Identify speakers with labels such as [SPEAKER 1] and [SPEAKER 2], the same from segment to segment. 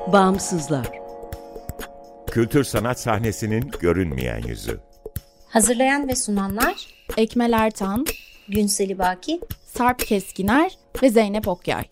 [SPEAKER 1] Bağımsızlar.
[SPEAKER 2] Kültür sanat sahnesinin görünmeyen yüzü.
[SPEAKER 3] Hazırlayan ve sunanlar
[SPEAKER 4] Ekmel Ertan,
[SPEAKER 3] Günseli Baki,
[SPEAKER 4] Sarp Keskiner ve Zeynep Okyay.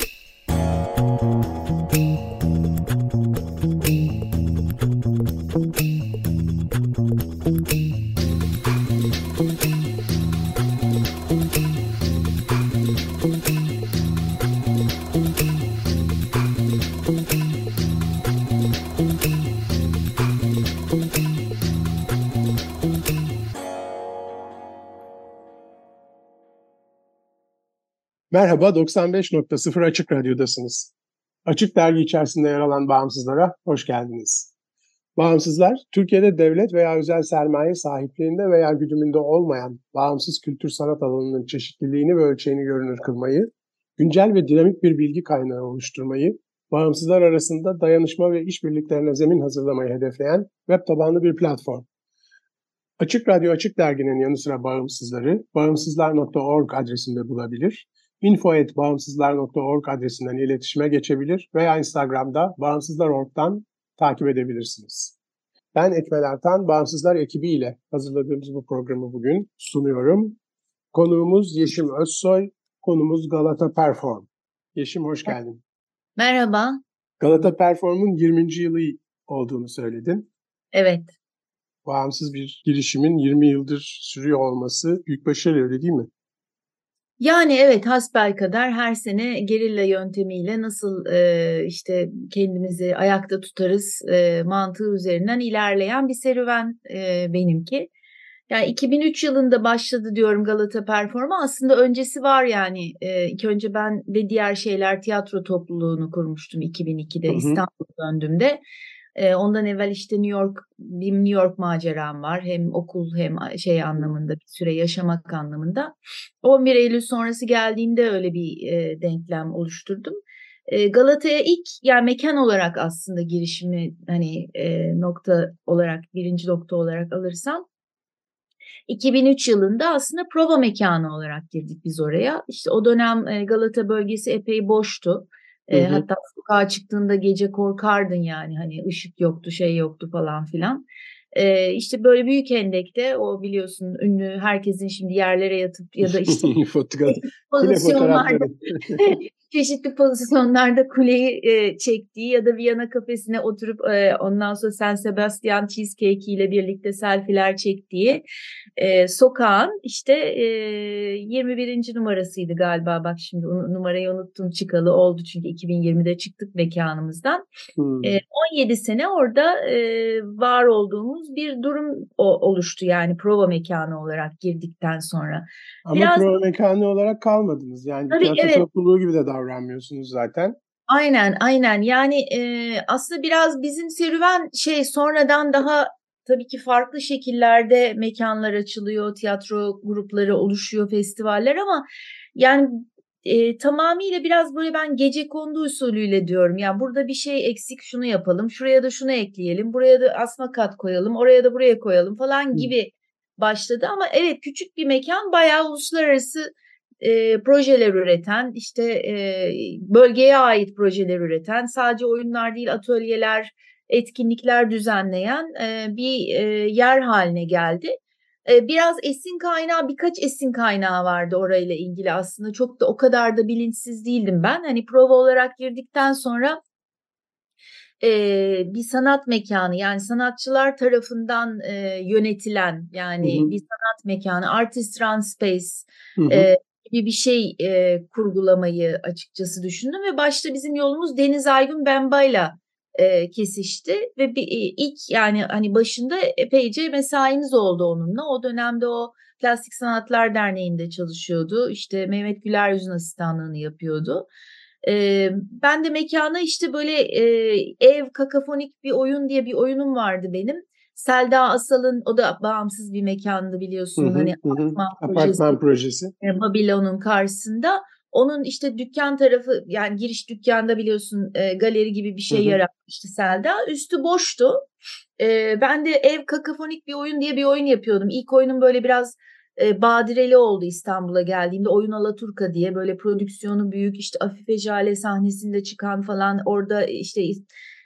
[SPEAKER 5] Merhaba, 95.0 Açık Radyo'dasınız. Açık Dergi içerisinde yer alan Bağımsızlar'a hoş geldiniz. Bağımsızlar, Türkiye'de devlet veya özel sermaye sahipliğinde veya güdümünde olmayan bağımsız kültür sanat alanının çeşitliliğini ve ölçeğini görünür kılmayı, güncel ve dinamik bir bilgi kaynağı oluşturmayı, bağımsızlar arasında dayanışma ve işbirliklerine zemin hazırlamayı hedefleyen web tabanlı bir platform. Açık Radyo Açık Dergi'nin yanı sıra Bağımsızları, bağımsızlar.org adresinde bulabilir, info@bağımsızlar.org adresinden iletişime geçebilir veya Instagram'da bağımsızlar.org'dan takip edebilirsiniz. Ben Ekmel Ertan, Bağımsızlar ekibiyle hazırladığımız bu programı bugün sunuyorum. Konuğumuz Yeşim Özsoy, konumuz Galata Perform. Yeşim hoş geldin.
[SPEAKER 3] Merhaba.
[SPEAKER 5] Galata Perform'un 20. yılı olduğunu söyledin.
[SPEAKER 3] Evet.
[SPEAKER 5] Bağımsız bir girişimin 20 yıldır sürüyor olması büyük başarı, öyle değil mi?
[SPEAKER 6] Yani evet, hasbelkader her sene gerilla yöntemiyle nasıl işte kendimizi ayakta tutarız mantığı üzerinden ilerleyen bir serüven benimki. Yani 2003 yılında başladı diyorum Galata Performa. Aslında öncesi var yani. İlk önce ben ve diğer şeyler tiyatro topluluğunu kurmuştum 2002'de İstanbul'a döndüğümde. Ondan evvel işte New York maceram var. Hem okul hem şey anlamında, bir süre yaşamak anlamında. 11 Eylül sonrası geldiğinde öyle bir denklem oluşturdum. Galata'ya ilk yani mekan olarak aslında girişimi hani nokta olarak, birinci nokta olarak alırsam 2003 yılında aslında prova mekanı olarak girdik biz oraya. İşte o dönem Galata bölgesi epey boştu. Hatta sokağa çıktığında gece korkardın yani, hani ışık yoktu, şey yoktu falan filan. İşte böyle Büyükhendek'te, o biliyorsun ünlü, herkesin şimdi yerlere yatıp ya da işte pozisyonlarda çeşitli pozisyonlarda kuleyi çektiği ya da Viyana kafesine oturup ondan sonra San Sebastian cheesecake ile birlikte selfie'ler çektiği sokağın işte 21. numarasıydı galiba. Bak şimdi numarayı unuttum, çıkalı oldu çünkü 2020'de çıktık mekanımızdan. 17 sene orada var olduğumuz bir durum oluştu yani prova mekanı olarak girdikten sonra.
[SPEAKER 5] Ama biraz prova mekanı olarak kalmadınız. Yani tiyatro topluluğu gibi de davranmıyorsunuz zaten.
[SPEAKER 6] Aynen. Yani aslında biraz bizim serüven sonradan daha tabii ki farklı şekillerde mekanlar açılıyor, tiyatro grupları oluşuyor, festivaller, ama yani tamamıyla biraz böyle ben gecekondu usulüyle diyorum. Yani burada bir şey eksik, şunu yapalım, şuraya da şunu ekleyelim, buraya da asma kat koyalım, oraya da buraya koyalım falan gibi başladı. Ama evet, küçük bir mekan, bayağı uluslararası projeler üreten, işte bölgeye ait projeler üreten, sadece oyunlar değil atölyeler, etkinlikler düzenleyen bir yer haline geldi. Biraz birkaç esin kaynağı vardı orayla ilgili aslında. Çok da o kadar da bilinçsiz değildim ben. Hani prova olarak girdikten sonra bir sanat mekanı, yani sanatçılar tarafından yönetilen yani bir sanat mekanı, artist run space gibi bir şey kurgulamayı açıkçası düşündüm ve başta bizim yolumuz Deniz Aygün Bemba'yla kesişti ve ilk yani hani başında epeyce mesaimiz oldu onunla. O dönemde o Plastik Sanatlar Derneği'nde çalışıyordu. İşte Mehmet Güler Yüz'ün asistanlığını yapıyordu. Ben de mekana işte böyle ev kakafonik bir oyun diye bir oyunum vardı benim. Selda Asal'ın, o da bağımsız bir mekandı biliyorsun, hani
[SPEAKER 5] apartman projesi.
[SPEAKER 6] Babilon'un karşısında. Onun işte dükkan tarafı, yani giriş dükkanda biliyorsun galeri gibi bir şey yaratmıştı Selda. Üstü boştu. Ben de ev kakafonik bir oyun diye bir oyun yapıyordum. İlk oyunum böyle biraz badireli oldu İstanbul'a geldiğimde. Oyun Alaturka diye, böyle prodüksiyonu büyük, işte Afife Jale sahnesinde çıkan falan, orada işte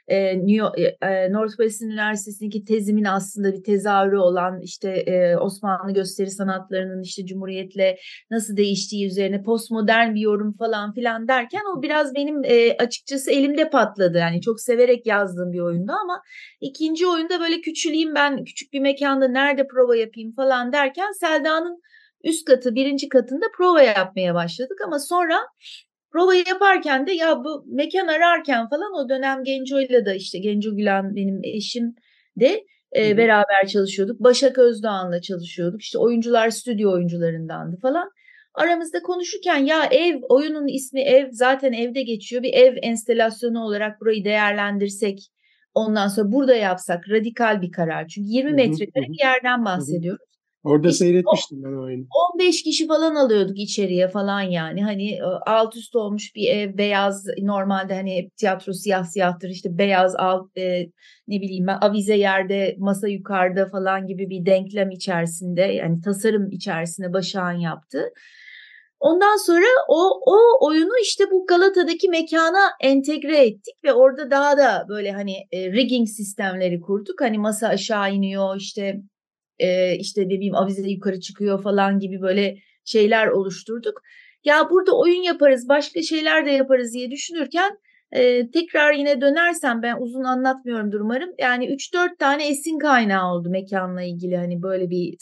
[SPEAKER 6] Northwestern Üniversitesi'ndeki tezimin aslında bir tezahürü olan işte Osmanlı gösteri sanatlarının işte Cumhuriyet'le nasıl değiştiği üzerine postmodern bir yorum falan filan derken o biraz benim açıkçası elimde patladı. Yani çok severek yazdığım bir oyundu ama ikinci oyunda böyle küçüleyim ben, küçük bir mekanda nerede prova yapayım falan derken Selda'nın üst katı, birinci katında prova yapmaya başladık ama sonra provayı yaparken de ya bu mekan ararken falan o dönem Genco'yla da işte Genco Gülen benim eşim de beraber çalışıyorduk. Başak Özdoğan'la çalışıyorduk. İşte oyuncular stüdyo oyuncularındandı falan. Aramızda konuşurken ya ev, oyunun ismi ev, zaten evde geçiyor. Bir ev enstalasyonu olarak burayı değerlendirsek, ondan sonra burada yapsak, radikal bir karar. Çünkü 20 metrekare bir yerden bahsediyoruz.
[SPEAKER 5] Orada
[SPEAKER 6] İşte
[SPEAKER 5] seyretmiştim ben o oyunu.
[SPEAKER 6] 15 kişi falan alıyorduk içeriye falan yani. Hani alt üst olmuş bir ev, beyaz, normalde hani hep tiyatro siyah siyahtır, işte beyaz alt ne bileyim ben, avize yerde, masa yukarıda falan gibi bir denklem içerisinde, yani tasarım içerisinde Başak'ın yaptı. Ondan sonra o oyunu işte bu Galata'daki mekana entegre ettik ve orada daha da böyle hani rigging sistemleri kurduk. Hani masa aşağı iniyor, işte ne bileyim avize yukarı çıkıyor falan gibi böyle şeyler oluşturduk. Ya burada oyun yaparız, başka şeyler de yaparız diye düşünürken tekrar yine dönersem, ben uzun anlatmıyorumdur umarım. Yani 3-4 tane esin kaynağı oldu mekanla ilgili, hani böyle bir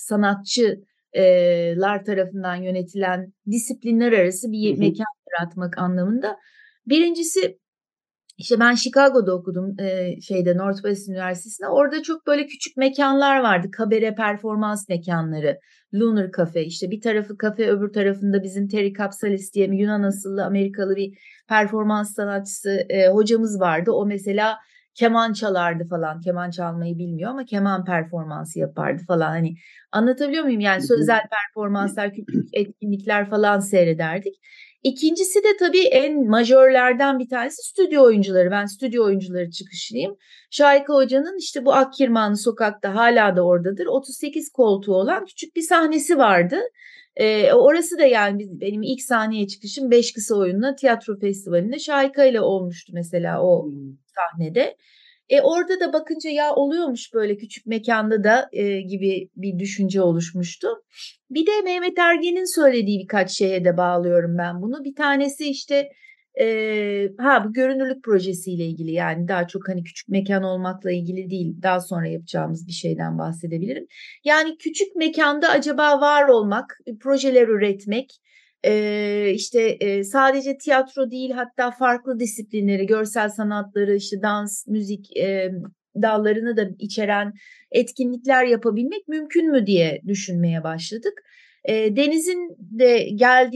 [SPEAKER 6] sanatçılar tarafından yönetilen disiplinler arası bir mekan yaratmak anlamında. Birincisi, İşte ben Chicago'da okudum, Northwestern Üniversitesi'nde. Orada çok böyle küçük mekanlar vardı. Kabare performans mekanları. Lunar Cafe, işte bir tarafı kafe, öbür tarafında bizim Terry Kapsalis diye Yunan asıllı Amerikalı bir performans sanatçısı hocamız vardı. O mesela keman çalardı falan. Keman çalmayı bilmiyor ama keman performansı yapardı falan. Hani anlatabiliyor muyum? Yani sözel performanslar, küçük etkinlikler falan seyrederdik. İkincisi de tabii en majörlerden bir tanesi stüdyo oyuncuları. Ben stüdyo oyuncuları çıkışlıyım. Şahika Hoca'nın işte bu Akkirmanlı Sokak'ta, hala da oradadır, 38 koltuğu olan küçük bir sahnesi vardı. Orası da yani benim ilk sahneye çıkışım 5 kısa oyunla tiyatro festivalinde Şahika ile olmuştu mesela o sahnede. Orada da bakınca ya oluyormuş böyle küçük mekanda da gibi bir düşünce oluşmuştu. Bir de Mehmet Ergen'in söylediği birkaç şeye de bağlıyorum ben bunu. Bir tanesi işte bu görünürlük projesiyle ilgili, yani daha çok hani küçük mekan olmakla ilgili değil, daha sonra yapacağımız bir şeyden bahsedebilirim. Yani küçük mekanda acaba var olmak, projeler üretmek, sadece tiyatro değil, hatta farklı disiplinleri, görsel sanatları, işte dans, müzik dallarını da içeren etkinlikler yapabilmek mümkün mü diye düşünmeye başladık. Deniz'in de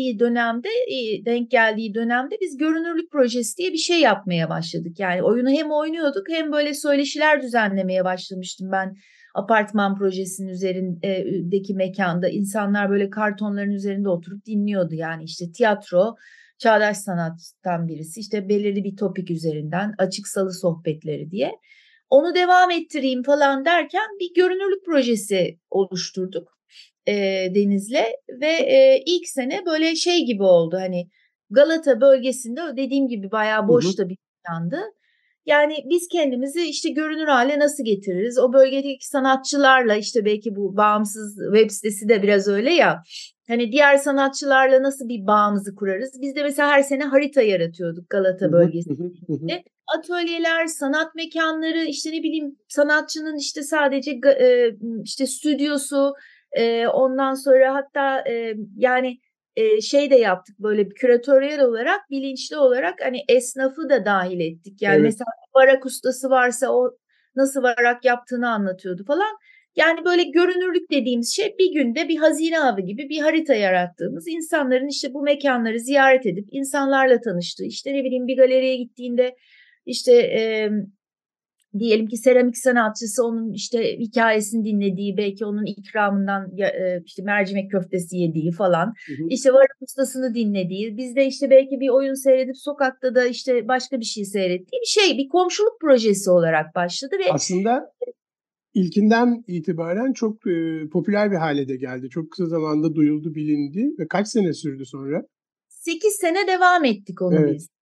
[SPEAKER 6] denk geldiği dönemde biz görünürlük projesi diye bir şey yapmaya başladık. Yani oyunu hem oynuyorduk hem böyle söyleşiler düzenlemeye başlamıştım ben. Apartman projesinin üzerindeki mekanda insanlar böyle kartonların üzerinde oturup dinliyordu. Yani işte tiyatro, çağdaş sanattan birisi, işte belirli bir topik üzerinden açık salı sohbetleri diye. Onu devam ettireyim falan derken bir görünürlük projesi oluşturduk Deniz'le ve ilk sene böyle şey gibi oldu, hani Galata bölgesinde dediğim gibi bayağı boş da bir mekandı. Yani biz kendimizi işte görünür hale nasıl getiririz? O bölgedeki sanatçılarla, işte belki bu bağımsız web sitesi de biraz öyle ya. Hani diğer sanatçılarla nasıl bir bağımızı kurarız? Biz de mesela her sene harita yaratıyorduk Galata bölgesinde. Atölyeler, sanat mekanları, işte ne bileyim sanatçının işte sadece işte stüdyosu, ondan sonra hatta şey de yaptık, böyle bir küratöryel olarak, bilinçli olarak hani esnafı da dahil ettik. Yani mesela varak ustası varsa o nasıl varak yaptığını anlatıyordu falan. Yani böyle görünürlük dediğimiz şey, bir günde bir hazine avı gibi bir harita yarattığımız, insanların işte bu mekanları ziyaret edip insanlarla tanıştığı, işte ne bileyim bir galeriye gittiğinde işte diyelim ki seramik sanatçısı, onun işte hikayesini dinlediği, belki onun ikramından işte mercimek köftesi yediği falan, işte varak ustasını dinlediği, biz de işte belki bir oyun seyredip sokakta da işte başka bir şey seyrettiği bir komşuluk projesi olarak başladı ve
[SPEAKER 5] aslında ilkinden itibaren çok popüler bir hale de geldi. Çok kısa zamanda duyuldu, bilindi ve kaç sene sürdü sonra?
[SPEAKER 6] 8 sene devam ettik onu biz.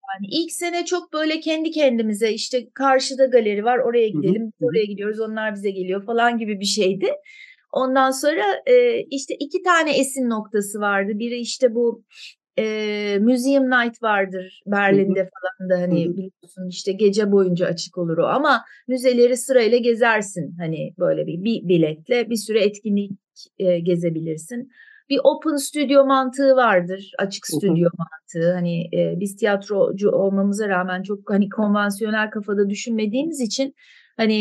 [SPEAKER 6] Yani ilk sene çok böyle kendi kendimize işte karşıda galeri var oraya
[SPEAKER 5] Hı hı,
[SPEAKER 6] gidelim, biz
[SPEAKER 5] hı hı.
[SPEAKER 6] oraya gidiyoruz, onlar bize geliyor falan gibi bir şeydi. Ondan sonra işte 2 tane esin noktası vardı. Biri işte bu Museum Night vardır
[SPEAKER 5] Hı hı,
[SPEAKER 6] Berlin'de falan da,
[SPEAKER 5] hı
[SPEAKER 6] hani
[SPEAKER 5] hı.
[SPEAKER 6] biliyorsun işte gece boyunca açık olur o, ama müzeleri sırayla gezersin, hani böyle bir biletle bir sürü etkinlik gezebilirsin. Bir open stüdyo mantığı vardır, açık
[SPEAKER 5] Hı hı.
[SPEAKER 6] stüdyo mantığı. Hani biz tiyatrocu olmamıza rağmen çok hani konvansiyonel kafada düşünmediğimiz için hani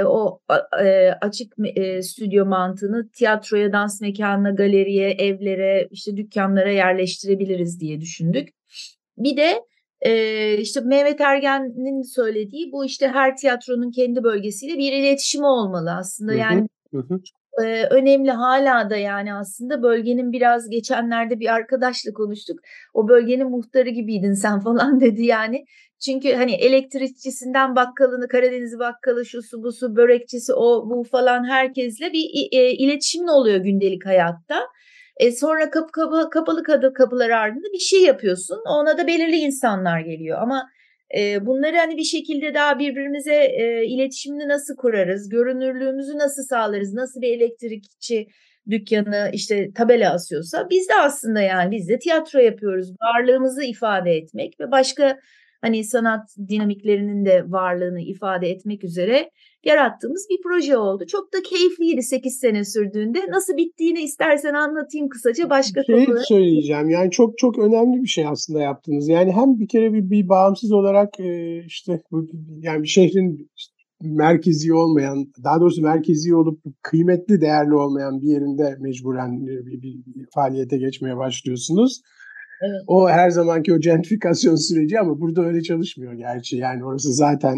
[SPEAKER 6] açık stüdyo mantığını tiyatroya, dans mekanına, galeriye, evlere, işte dükkanlara yerleştirebiliriz diye düşündük. Bir de işte Mehmet Ergen'in söylediği bu, işte her tiyatronun kendi bölgesiyle bir iletişimi olmalı aslında.
[SPEAKER 5] Hı
[SPEAKER 6] Yani
[SPEAKER 5] hı, hı hı.
[SPEAKER 6] önemli hala da, yani aslında bölgenin, biraz geçenlerde bir arkadaşla konuştuk. O bölgenin muhtarı gibiydin sen falan dedi yani. Çünkü hani elektrikçisinden bakkalını, Karadeniz bakkalı, şusu busu, börekçisi, o bu falan, herkesle bir iletişimin oluyor gündelik hayatta. Sonra kapalı kapılar ardında bir şey yapıyorsun. Ona da belirli insanlar geliyor. Ama bunları hani bir şekilde daha birbirimize iletişimini nasıl kurarız, görünürlüğümüzü nasıl sağlarız, nasıl bir elektrikçi dükkanı işte tabela asıyorsa, biz de aslında, yani biz de tiyatro yapıyoruz. Varlığımızı ifade etmek ve başka hani sanat dinamiklerinin de varlığını ifade etmek üzere yarattığımız bir proje oldu. Çok da keyifliydi 8 sene sürdüğünde. Nasıl bittiğini istersen anlatayım ksaca, başka
[SPEAKER 5] Şey
[SPEAKER 6] konulara.
[SPEAKER 5] söyleyeceğim, yani çok çok önemli bir şey aslında yaptınız. Yani hem bir kere bir bağımsız olarak işte yani bir şehrin işte merkezi olmayan, daha doğrusu merkezi olup kıymetli, değerli olmayan bir yerinde mecburen bir faaliyete geçmeye başlıyorsunuz.
[SPEAKER 6] Evet.
[SPEAKER 5] O her zamanki o gentrifikasyon süreci, ama burada öyle çalışmıyor gerçi. Yani orası zaten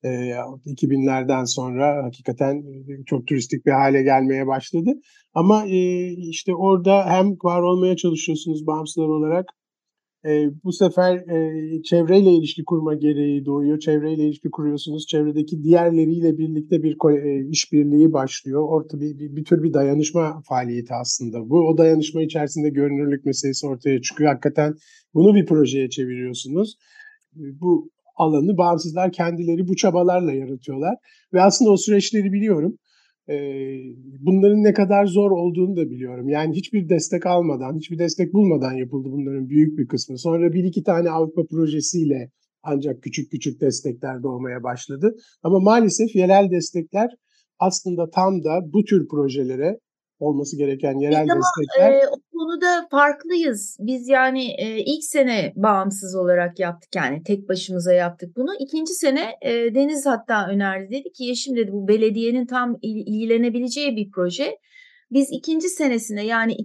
[SPEAKER 5] 2000'lerden sonra hakikaten çok turistik bir hale gelmeye başladı. Ama işte orada hem var olmaya çalışıyorsunuz bağımsızlar olarak. Bu sefer çevreyle ilişki kurma gereği doğuyor. Çevreyle ilişki kuruyorsunuz. Çevredeki diğerleriyle birlikte bir işbirliği başlıyor. Orta bir tür bir dayanışma faaliyeti aslında bu. O dayanışma içerisinde görünürlük meselesi ortaya çıkıyor. Hakikaten bunu bir projeye çeviriyorsunuz. Bu alanı bağımsızlar kendileri bu çabalarla yaratıyorlar. Ve aslında o süreçleri biliyorum. Bunların ne kadar zor olduğunu da biliyorum. Yani hiçbir destek almadan, hiçbir destek bulmadan yapıldı bunların büyük bir kısmı. Sonra bir iki tane Avrupa projesiyle ancak küçük küçük destekler doğmaya başladı. Ama maalesef yerel destekler aslında tam da bu tür projelere olması gereken
[SPEAKER 6] Biz
[SPEAKER 5] yerel
[SPEAKER 6] ama
[SPEAKER 5] destekler.
[SPEAKER 6] o konuda farklıyız. Biz yani ilk sene bağımsız olarak yaptık, yani tek başımıza yaptık bunu. İkinci sene Deniz hatta önerdi, dedi ki Yeşim, dedi, bu belediyenin tam ilgilenebileceği bir proje. Biz ikinci senesinde, yani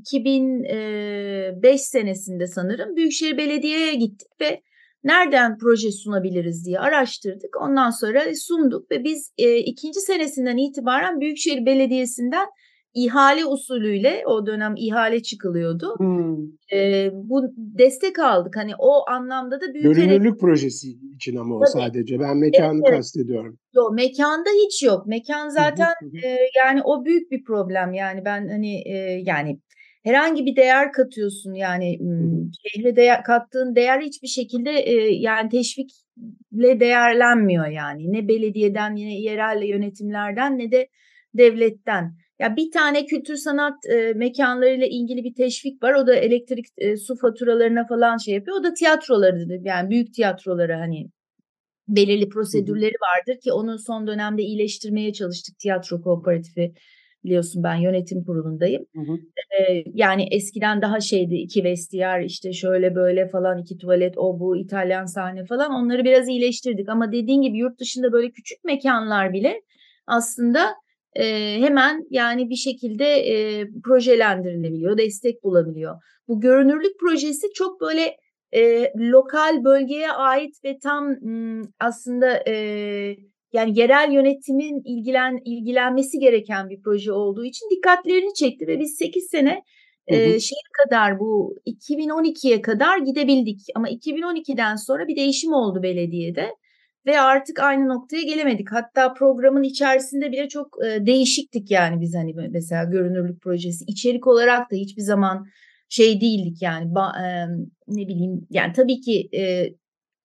[SPEAKER 6] 2005 senesinde sanırım Büyükşehir Belediye'ye gittik ve nereden proje sunabiliriz diye araştırdık. Ondan sonra sunduk ve biz ikinci senesinden itibaren Büyükşehir Belediyesi'nden ihale usulüyle, o dönem ihale çıkılıyordu.
[SPEAKER 5] Hmm.
[SPEAKER 6] Bu destek aldık. Hani o anlamda da Büyükşehir,
[SPEAKER 5] Görünürlük projesi için ama o
[SPEAKER 6] tabii.
[SPEAKER 5] sadece. Ben
[SPEAKER 6] Evet,
[SPEAKER 5] mekanı
[SPEAKER 6] evet.
[SPEAKER 5] kastediyorum.
[SPEAKER 6] Yo, mekanda hiç yok. Mekan
[SPEAKER 5] Hı hı,
[SPEAKER 6] zaten
[SPEAKER 5] hı hı,
[SPEAKER 6] yani o büyük bir problem. Yani ben hani yani herhangi bir değer katıyorsun, yani
[SPEAKER 5] hı hı.
[SPEAKER 6] şehre kattığın değer hiçbir şekilde yani teşvikle değerlenmiyor yani. Ne belediyeden, ne yerel yönetimlerden, ne de devletten. Ya bir tane kültür sanat mekanlarıyla ilgili bir teşvik var. O da elektrik, su faturalarına falan şey yapıyor. O da tiyatroları, yani büyük tiyatroları, hani belirli
[SPEAKER 5] Hı hı,
[SPEAKER 6] prosedürleri vardır ki onu son dönemde iyileştirmeye çalıştık. Tiyatro Kooperatifi, biliyorsun ben yönetim kurulundayım.
[SPEAKER 5] hı hı.
[SPEAKER 6] Yani eskiden daha şeydi, 2 vestiyer, işte şöyle böyle falan, 2 tuvalet, o bu, İtalyan sahne falan, onları biraz iyileştirdik. Ama dediğin gibi yurt dışında böyle küçük mekanlar bile aslında hemen yani bir şekilde projelendirilebiliyor, destek bulabiliyor. Bu görünürlük projesi çok böyle lokal bölgeye ait ve tam aslında yani yerel yönetimin ilgilenmesi gereken bir proje olduğu için dikkatlerini çekti ve biz 8 sene
[SPEAKER 5] Hı hı.
[SPEAKER 6] şeye kadar, bu 2012'ye kadar gidebildik. Ama 2012'den sonra bir değişim oldu belediyede ve artık aynı noktaya gelemedik. Hatta programın içerisinde bile çok değişiktik, yani biz hani mesela görünürlük projesi içerik olarak da hiçbir zaman şey değildik yani, ne bileyim, yani tabii ki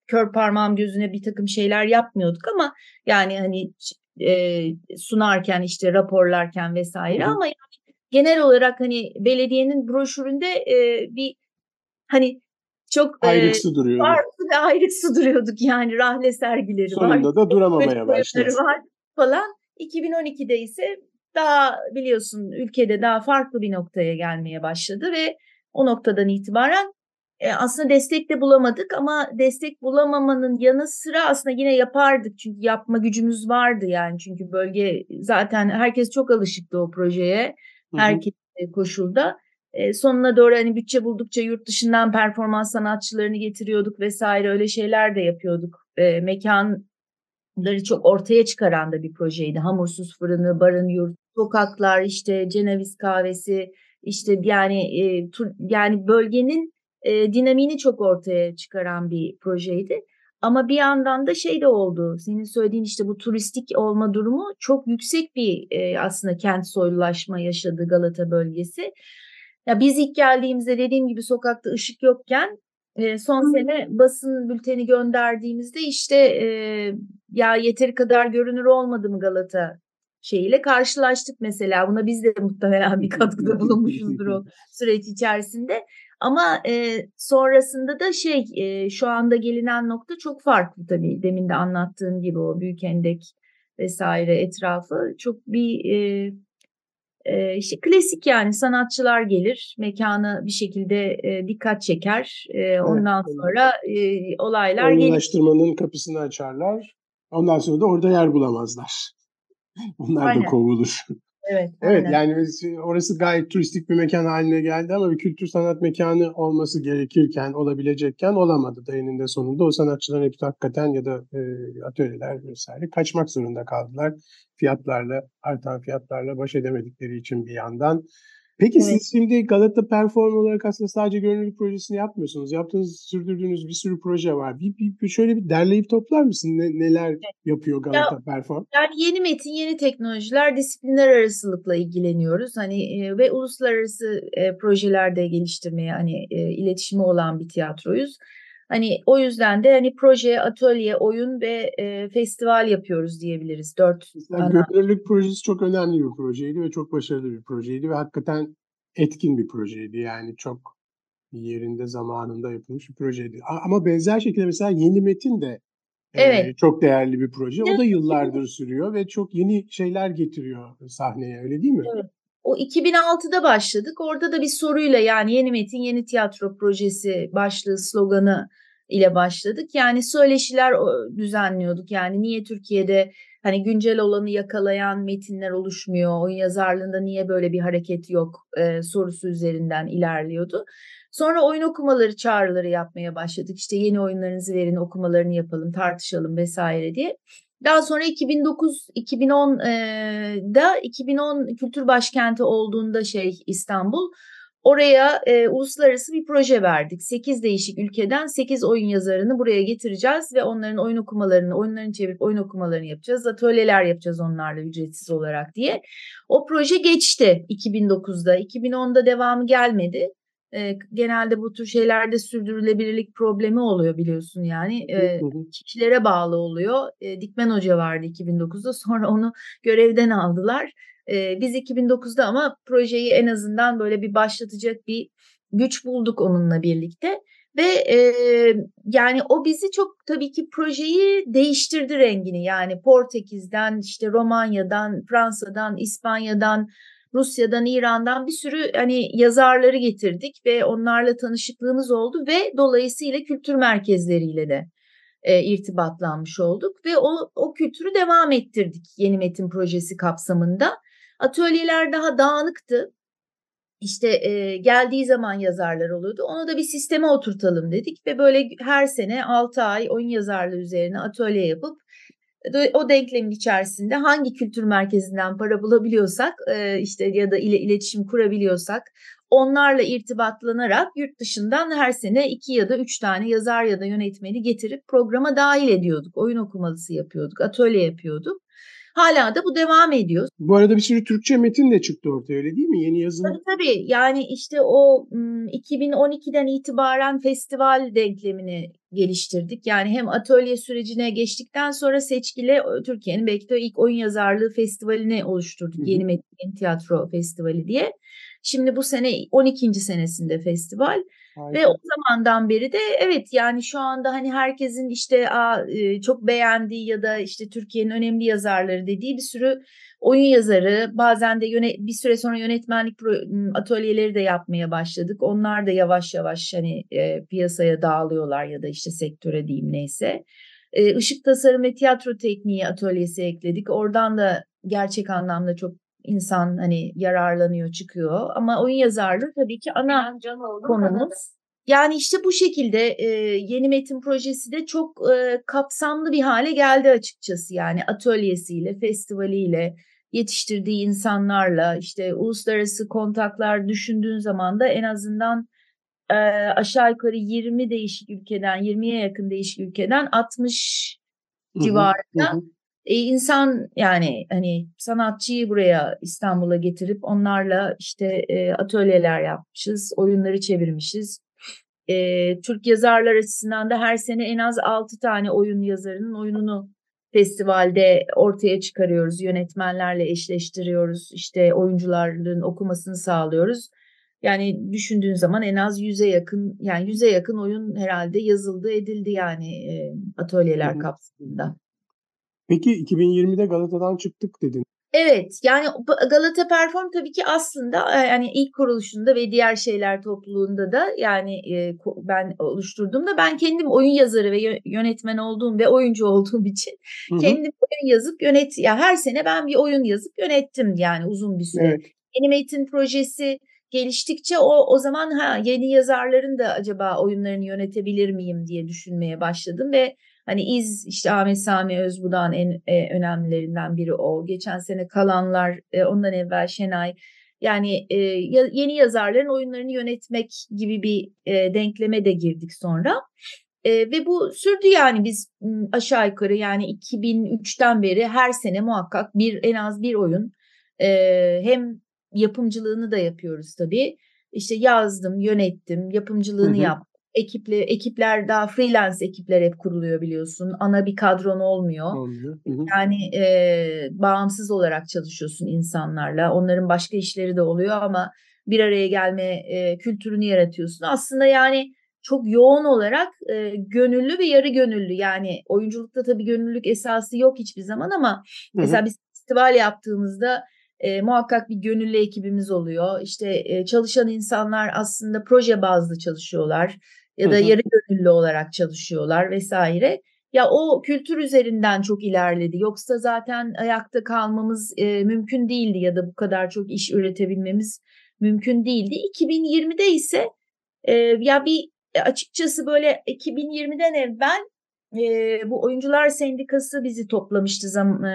[SPEAKER 6] kör parmağım gözüne bir takım şeyler yapmıyorduk ama yani hani sunarken işte raporlarken vesaire ama yani genel olarak hani belediyenin broşüründe bir hani çok
[SPEAKER 5] ayrıksı duruyordu.
[SPEAKER 6] farklı bir ayrıksı duruyorduk yani rahle sergileri var.
[SPEAKER 5] Sonunda da duramamaya başladı.
[SPEAKER 6] Var falan. 2012'de ise daha biliyorsun ülkede daha farklı bir noktaya gelmeye başladı ve o noktadan itibaren aslında destek de bulamadık ama destek bulamamanın yanı sıra aslında yine yapardık çünkü yapma gücümüz vardı yani çünkü bölge zaten herkes çok alışıktı o projeye herkes koşulda. Sonuna doğru hani bütçe buldukça yurt dışından performans sanatçılarını getiriyorduk vesaire öyle şeyler de yapıyorduk. Mekanları çok ortaya çıkaran da bir projeydi. Hamursuz fırını, barın yurt, sokaklar, işte Ceneviz kahvesi, işte yani bölgenin dinamiğini çok ortaya çıkaran bir projeydi. Ama bir yandan da şey de oldu. Senin söylediğin işte bu turistik olma durumu çok yüksek bir aslında kent soylulaşma yaşadı Galata bölgesi. Ya biz ilk geldiğimizde dediğim gibi sokakta ışık yokken son sene basın bülteni gönderdiğimizde işte ya yeteri kadar görünür olmadı mı Galata şeyiyle karşılaştık mesela. Buna biz de muhtemelen bir katkıda bulunmuşuzdur o süreç içerisinde. Ama sonrasında da şu anda gelinen nokta çok farklı tabii. Demin de anlattığım gibi o Büyükhendek vesaire etrafı çok bir işte klasik yani sanatçılar gelir mekana bir şekilde dikkat çeker. Ondan sonra olaylar gelir.
[SPEAKER 5] Oyunlaştırmanın kapısını açarlar. Ondan sonra da orada yer bulamazlar. Onlar
[SPEAKER 6] Aynen.
[SPEAKER 5] da kovulur.
[SPEAKER 6] Evet,
[SPEAKER 5] Evet,
[SPEAKER 6] aynen.
[SPEAKER 5] yani orası gayet turistik bir mekan haline geldi ama bir kültür sanat mekanı olması gerekirken, olabilecekken olamadı da eninde sonunda. O sanatçıların hepsi hakikaten ya da atölyeler vesaire kaçmak zorunda kaldılar. Artan fiyatlarla baş edemedikleri için bir yandan. Peki
[SPEAKER 6] Evet.
[SPEAKER 5] siz şimdi Galata Perform olarak aslında sadece gönüllülük projesini yapmıyorsunuz. Sürdürdüğünüz bir sürü proje var. Şöyle bir derleyip toplar mısın? Neler yapıyor Galata Perform?
[SPEAKER 6] Yani yeni metin, yeni teknolojiler, disiplinler arasılıkla ilgileniyoruz. Hani ve uluslararası projelerde geliştirmeye hani iletişimi olan bir tiyatroyuz. Hani o yüzden de hani proje, atölye, oyun ve festival yapıyoruz diyebiliriz. 4
[SPEAKER 5] Mesela
[SPEAKER 6] ana.
[SPEAKER 5] gönüllülük projesi çok önemli bir projeydi ve çok başarılı bir projeydi ve hakikaten etkin bir projeydi. Yani çok yerinde zamanında yapılmış bir projeydi. Ama benzer şekilde mesela Yeni Metin de
[SPEAKER 6] Evet.
[SPEAKER 5] çok değerli bir proje. O da yıllardır sürüyor ve çok yeni şeyler getiriyor sahneye, öyle değil mi?
[SPEAKER 6] Evet. O 2006'da başladık. Orada da bir soruyla yani Yeni Metin, Yeni Tiyatro Projesi başlığı sloganı ile başladık. Yani söyleşiler düzenliyorduk. Yani niye Türkiye'de hani güncel olanı yakalayan metinler oluşmuyor? Oyun yazarlığında niye böyle bir hareket yok? Sorusu üzerinden ilerliyordu. Sonra oyun okumaları çağrıları yapmaya başladık. İşte yeni oyunlarınızı verin, okumalarını yapalım, tartışalım vesaire diye. Daha sonra 2009-2010'da 2010 Kültür Başkenti olduğunda İstanbul oraya uluslararası bir proje verdik. 8 değişik ülkeden 8 oyun yazarını buraya getireceğiz ve onların oyunlarını çevirip oyun okumalarını yapacağız. Atölyeler yapacağız onlarla ücretsiz olarak diye. O proje geçti 2009'da. 2010'da devamı gelmedi. Genelde bu tür şeylerde sürdürülebilirlik problemi oluyor biliyorsun yani. Kişilere bağlı oluyor. Dikmen Hoca vardı 2009'da sonra onu görevden aldılar. Biz 2009'da ama projeyi en azından böyle bir başlatacak bir güç bulduk onunla birlikte. Ve yani o bizi çok tabii ki projeyi değiştirdi rengini. Yani Portekiz'den, işte Romanya'dan, Fransa'dan, İspanya'dan, Rusya'dan, İran'dan bir sürü hani yazarları getirdik ve onlarla tanışıklığımız oldu ve dolayısıyla kültür merkezleriyle de irtibatlanmış olduk ve o kültürü devam ettirdik Yeni Metin projesi kapsamında. Atölyeler daha dağınıktı. İşte geldiği zaman yazarlar oluyordu. Onu da bir sisteme oturtalım dedik ve böyle her sene 6 ay oyun yazarlığı üzerine atölye yapıp o denklemin içerisinde hangi kültür merkezinden para bulabiliyorsak işte ya da iletişim kurabiliyorsak onlarla irtibatlanarak yurt dışından her sene 2 ya da 3 tane yazar ya da yönetmeni getirip programa dahil ediyorduk. Oyun okumalısı yapıyorduk, atölye yapıyorduk. Hala da bu devam ediyor.
[SPEAKER 5] Bu arada bir sürü Türkçe metin de çıktı ortaya, öyle değil mi? Yeni yazım.
[SPEAKER 6] Tabii. Yani işte o 2012'den itibaren festival denklemini geliştirdik. Yani hem atölye sürecine geçtikten sonra Seçkil'e Türkiye'nin belki de ilk oyun yazarlığı festivalini oluşturduk. Yeni Metin Tiyatro Festivali diye. Şimdi bu sene 12. senesinde festival.
[SPEAKER 5] Harika.
[SPEAKER 6] Ve o zamandan beri de evet, yani şu anda hani herkesin işte çok beğendiği ya da işte Türkiye'nin önemli yazarları dediği bir sürü oyun yazarı, bazen de bir süre sonra yönetmenlik atölyeleri de yapmaya başladık. Onlar da yavaş yavaş hani piyasaya dağılıyorlar ya da işte sektöre diyeyim, neyse. Işık tasarım ve tiyatro tekniği atölyesi ekledik. Oradan da gerçek anlamda çok insan hani yararlanıyor, çıkıyor. Ama oyun yazarlığı tabii ki ana konumuz. Yani işte bu şekilde yeni metin projesi de çok kapsamlı bir hale geldi açıkçası. Yani atölyesiyle, festivaliyle, yetiştirdiği insanlarla, işte uluslararası kontaklar düşündüğün zaman da en azından aşağı yukarı 20'ye yakın değişik ülkeden 60 civarında insan, yani hani sanatçıyı buraya İstanbul'a getirip onlarla işte atölyeler yapmışız, oyunları çevirmişiz. Türk yazarlar açısından da her sene en az 6 tane oyun yazarının oyununu festivalde ortaya çıkarıyoruz. Yönetmenlerle eşleştiriyoruz. İşte oyuncuların okumasını sağlıyoruz. Yani düşündüğün zaman en az 100'e yakın oyun herhalde yazıldı, edildi yani atölyeler kapsamında.
[SPEAKER 5] Peki 2020'de Galata'dan çıktık dedin.
[SPEAKER 6] Evet, yani Galata Perform tabii ki aslında yani ilk kuruluşunda ve diğer şeyler topluluğunda da yani ben oluşturduğumda ben kendim oyun yazarı ve yönetmen olduğum ve oyuncu olduğum için kendim oyun yazıp her sene ben bir oyun yazıp yönettim yani uzun bir süre.
[SPEAKER 5] Evet.
[SPEAKER 6] Yeni metin projesi geliştikçe o zaman yeni yazarların da acaba oyunlarını yönetebilir miyim diye düşünmeye başladım ve hani işte Ahmet Sami Özbu'dan en önemlilerinden biri o. Geçen sene Kalanlar, ondan evvel Şenay. Yani yeni yazarların oyunlarını yönetmek gibi bir denkleme de girdik sonra. Ve bu sürdü yani biz aşağı yukarı yani 2003'ten beri her sene muhakkak en az bir oyun. Hem yapımcılığını da yapıyoruz tabii. İşte yazdım, yönettim, yapımcılığını yaptım. Ekipler daha freelance ekipler hep kuruluyor biliyorsun. Ana bir kadron olmuyor. Yani bağımsız olarak çalışıyorsun insanlarla. Onların başka işleri de oluyor ama bir araya gelme kültürünü yaratıyorsun. Aslında yani çok yoğun olarak gönüllü ve yarı gönüllü. Yani oyunculukta tabii gönüllülük esası yok hiçbir zaman ama mesela biz festival yaptığımızda muhakkak bir gönüllü ekibimiz oluyor. İşte çalışan insanlar aslında proje bazlı çalışıyorlar ya da yarı gönüllü olarak çalışıyorlar vesaire. Ya o kültür üzerinden çok ilerledi. Yoksa zaten ayakta kalmamız mümkün değildi ya da bu kadar çok iş üretebilmemiz mümkün değildi. 2020'de ise ya açıkçası böyle 2020'den evvel bu Oyuncular Sendikası bizi toplamıştı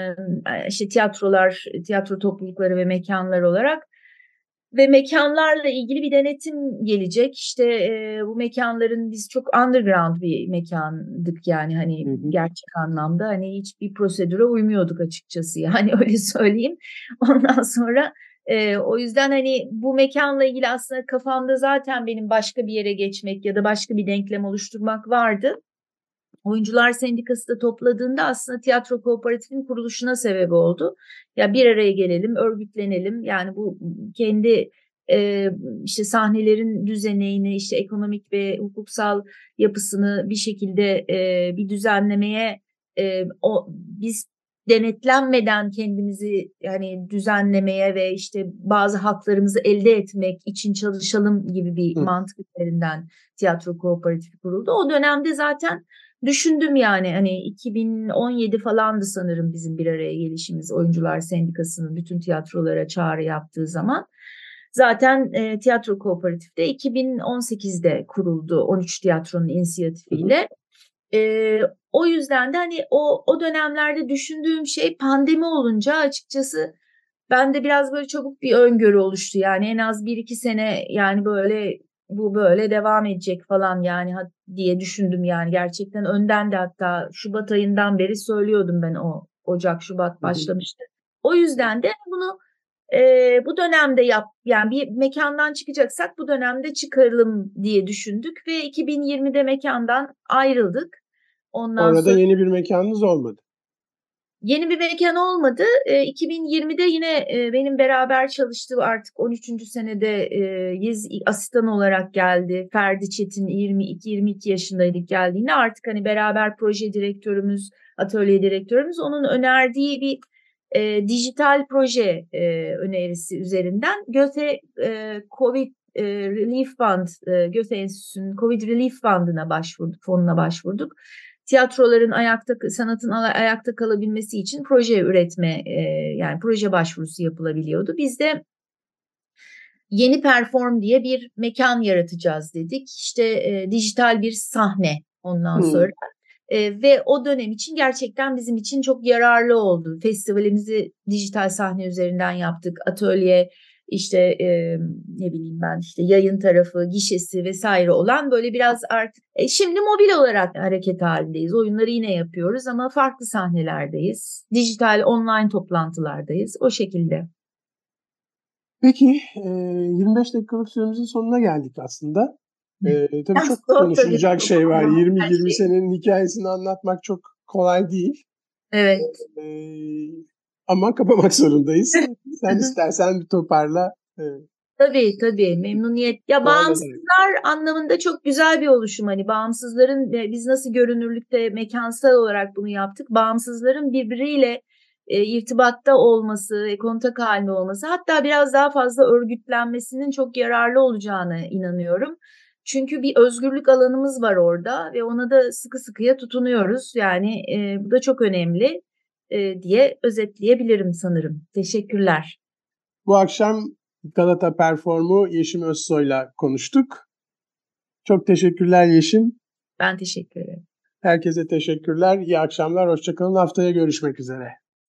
[SPEAKER 6] işte tiyatro toplulukları ve mekanlar olarak. Ve mekanlarla ilgili bir denetim gelecek. İşte bu mekanların biz çok underground bir mekandık yani hani gerçek anlamda hani hiçbir prosedüre uymuyorduk açıkçası yani öyle söyleyeyim. Ondan sonra o yüzden hani bu mekanla ilgili aslında kafamda zaten benim başka bir yere geçmek ya da başka bir denklem oluşturmak vardı. Oyuncular Sendikası da topladığında aslında tiyatro kooperatifinin kuruluşuna sebep oldu. Ya bir araya gelelim, örgütlenelim. Yani bu kendi işte sahnelerin düzeneğini, işte ekonomik ve hukuksal yapısını bir şekilde bir düzenlemeye biz denetlenmeden kendimizi yani düzenlemeye ve işte bazı haklarımızı elde etmek için çalışalım gibi bir mantık üzerinden tiyatro kooperatifi kuruldu. O dönemde zaten düşündüm yani hani 2017 falandı sanırım bizim bir araya gelişimiz Oyuncular Sendikası'nın bütün tiyatrolara çağrı yaptığı zaman. Zaten tiyatro kooperatif de 2018'de kuruldu 13 tiyatronun inisiyatifiyle. O yüzden de hani o dönemlerde düşündüğüm şey pandemi olunca açıkçası bende biraz böyle çabuk bir öngörü oluştu. Yani en az 1-2 sene yani böyle bu böyle devam edecek falan yani diye düşündüm yani gerçekten önden de hatta Şubat ayından beri söylüyordum ben o Ocak Şubat başlamıştı. O yüzden de bunu bu dönemde yani bir mekandan çıkacaksak bu dönemde çıkaralım diye düşündük ve 2020'de mekandan ayrıldık. Ondan
[SPEAKER 5] Orada
[SPEAKER 6] sonra
[SPEAKER 5] yeni bir mekanınız olmadı.
[SPEAKER 6] yeni bir mekan olmadı. 2020'de yine benim beraber çalıştığım artık 13. senede asistan olarak geldi. Ferdi Çetin 22 yaşındaydık geldiğinde artık hani beraber proje direktörümüz, atölye direktörümüz onun önerdiği bir dijital proje önerisi üzerinden Göte Covid Relief Fund, Göte Enstitüsü'nün Covid Relief fonuna başvurduk. Tiyatroların sanatın ayakta kalabilmesi için proje üretme yani proje başvurusu yapılabiliyordu. Biz de Yeni Perform diye bir mekan yaratacağız dedik. İşte dijital bir sahne ondan sonra. Ve o dönem için gerçekten bizim için çok yararlı oldu. Festivalimizi dijital sahne üzerinden yaptık. Atölye, işte ne bileyim ben işte yayın tarafı, gişesi vesaire olan böyle biraz artık şimdi mobil olarak hareket halindeyiz. Oyunları yine yapıyoruz ama farklı sahnelerdeyiz. Dijital online toplantılardayız. O şekilde.
[SPEAKER 5] Peki 25 dakikalık süremizin sonuna geldik aslında. Tabii çok konuşulacak şey var. 20 senenin hikayesini anlatmak çok kolay değil.
[SPEAKER 6] Evet.
[SPEAKER 5] Ama kapamak zorundayız. Sen istersen bir toparla.
[SPEAKER 6] Tabii memnuniyet. Ya bağımsızlar anlamında çok güzel bir oluşum. Hani bağımsızların biz nasıl görünürlükte mekansal olarak bunu yaptık. Bağımsızların birbiriyle irtibatta olması, kontak halinde olması, hatta biraz daha fazla örgütlenmesinin çok yararlı olacağına inanıyorum. Çünkü bir özgürlük alanımız var orada ve ona da sıkı sıkıya tutunuyoruz. Yani bu da çok önemli diye özetleyebilirim sanırım. Teşekkürler.
[SPEAKER 5] Bu akşam Galata Perform'u Yeşim Özsoy'la konuştuk. Çok teşekkürler Yeşim.
[SPEAKER 6] Ben teşekkür ederim.
[SPEAKER 5] Herkese teşekkürler. İyi akşamlar. Hoşça kalın. Haftaya görüşmek üzere.